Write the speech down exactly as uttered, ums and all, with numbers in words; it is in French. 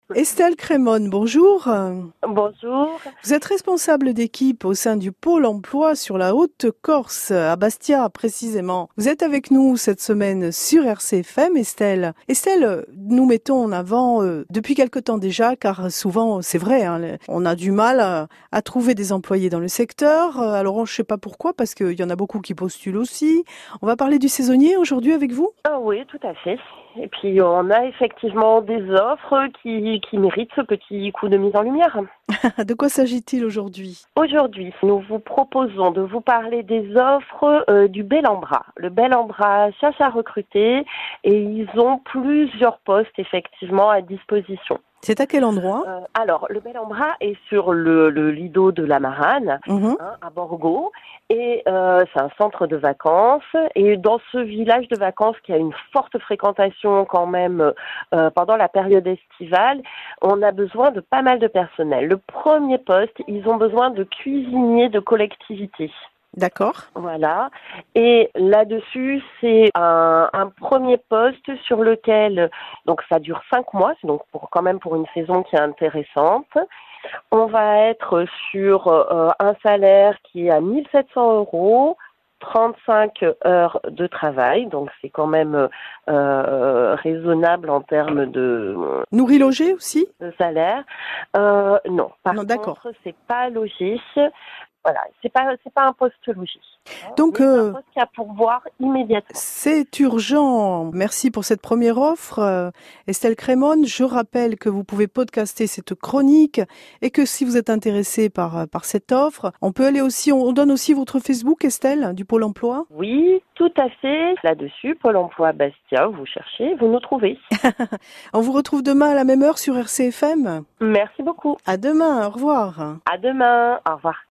Estelle Crémone, bonjour. Bonjour. Vous êtes responsable d'équipe au sein du Pôle emploi sur la Haute-Corse, à Bastia précisément. Vous êtes avec nous cette semaine sur R C F M, Estelle. Estelle, nous mettons en avant euh, depuis quelque temps déjà, car souvent, c'est vrai, hein, on a du mal à, à trouver des employés dans le secteur. Alors, je ne sais pas pourquoi, parce qu'il y en a beaucoup qui postulent aussi. On va parler du saisonnier aujourd'hui avec vous ? Ah oui, tout à fait. Et puis on a effectivement des offres qui, qui méritent ce petit coup de mise en lumière. De quoi s'agit-il aujourd'hui ? Aujourd'hui, nous vous proposons de vous parler des offres euh, du Bel en Bras. Le Bel en Bras cherche à recruter et ils ont plusieurs postes effectivement à disposition. C'est à quel endroit ? euh, Alors, le Bel en Bras est sur le, le lido de la Marane, Mmh. hein, à Borgo, et euh, c'est un centre de vacances. Et dans ce village de vacances qui a une forte fréquentation quand même euh, pendant la période estivale, on a besoin de pas mal de personnel. Le premier poste, ils ont besoin de cuisiniers de collectivité. D'accord. Voilà. Et là-dessus, c'est un, un premier poste sur lequel, donc ça dure cinq mois, c'est donc pour quand même pour une saison qui est intéressante. On va être sur euh, un salaire qui est à mille sept cents euros, trente-cinq heures de travail, donc c'est quand même euh, raisonnable en termes de, Nourri logé aussi ? de salaire. Euh, non, par Non, d'accord. contre, c'est pas logé. Voilà, c'est pas c'est pas un poste logé. Hein, Donc, mais c'est un euh, poste qui a pour voir immédiatement. c'est urgent. Merci pour cette première offre. Euh, Estelle Crémone, je rappelle que vous pouvez podcaster cette chronique et que si vous êtes intéressé par, par cette offre, on peut aller aussi, on donne aussi votre Facebook, Estelle, du Pôle emploi. Oui, tout à fait. Là-dessus, Pôle emploi Bastia, vous cherchez, vous nous trouvez. On vous retrouve demain à la même heure sur R C F M. Merci beaucoup. À demain, au revoir. À demain. Au revoir.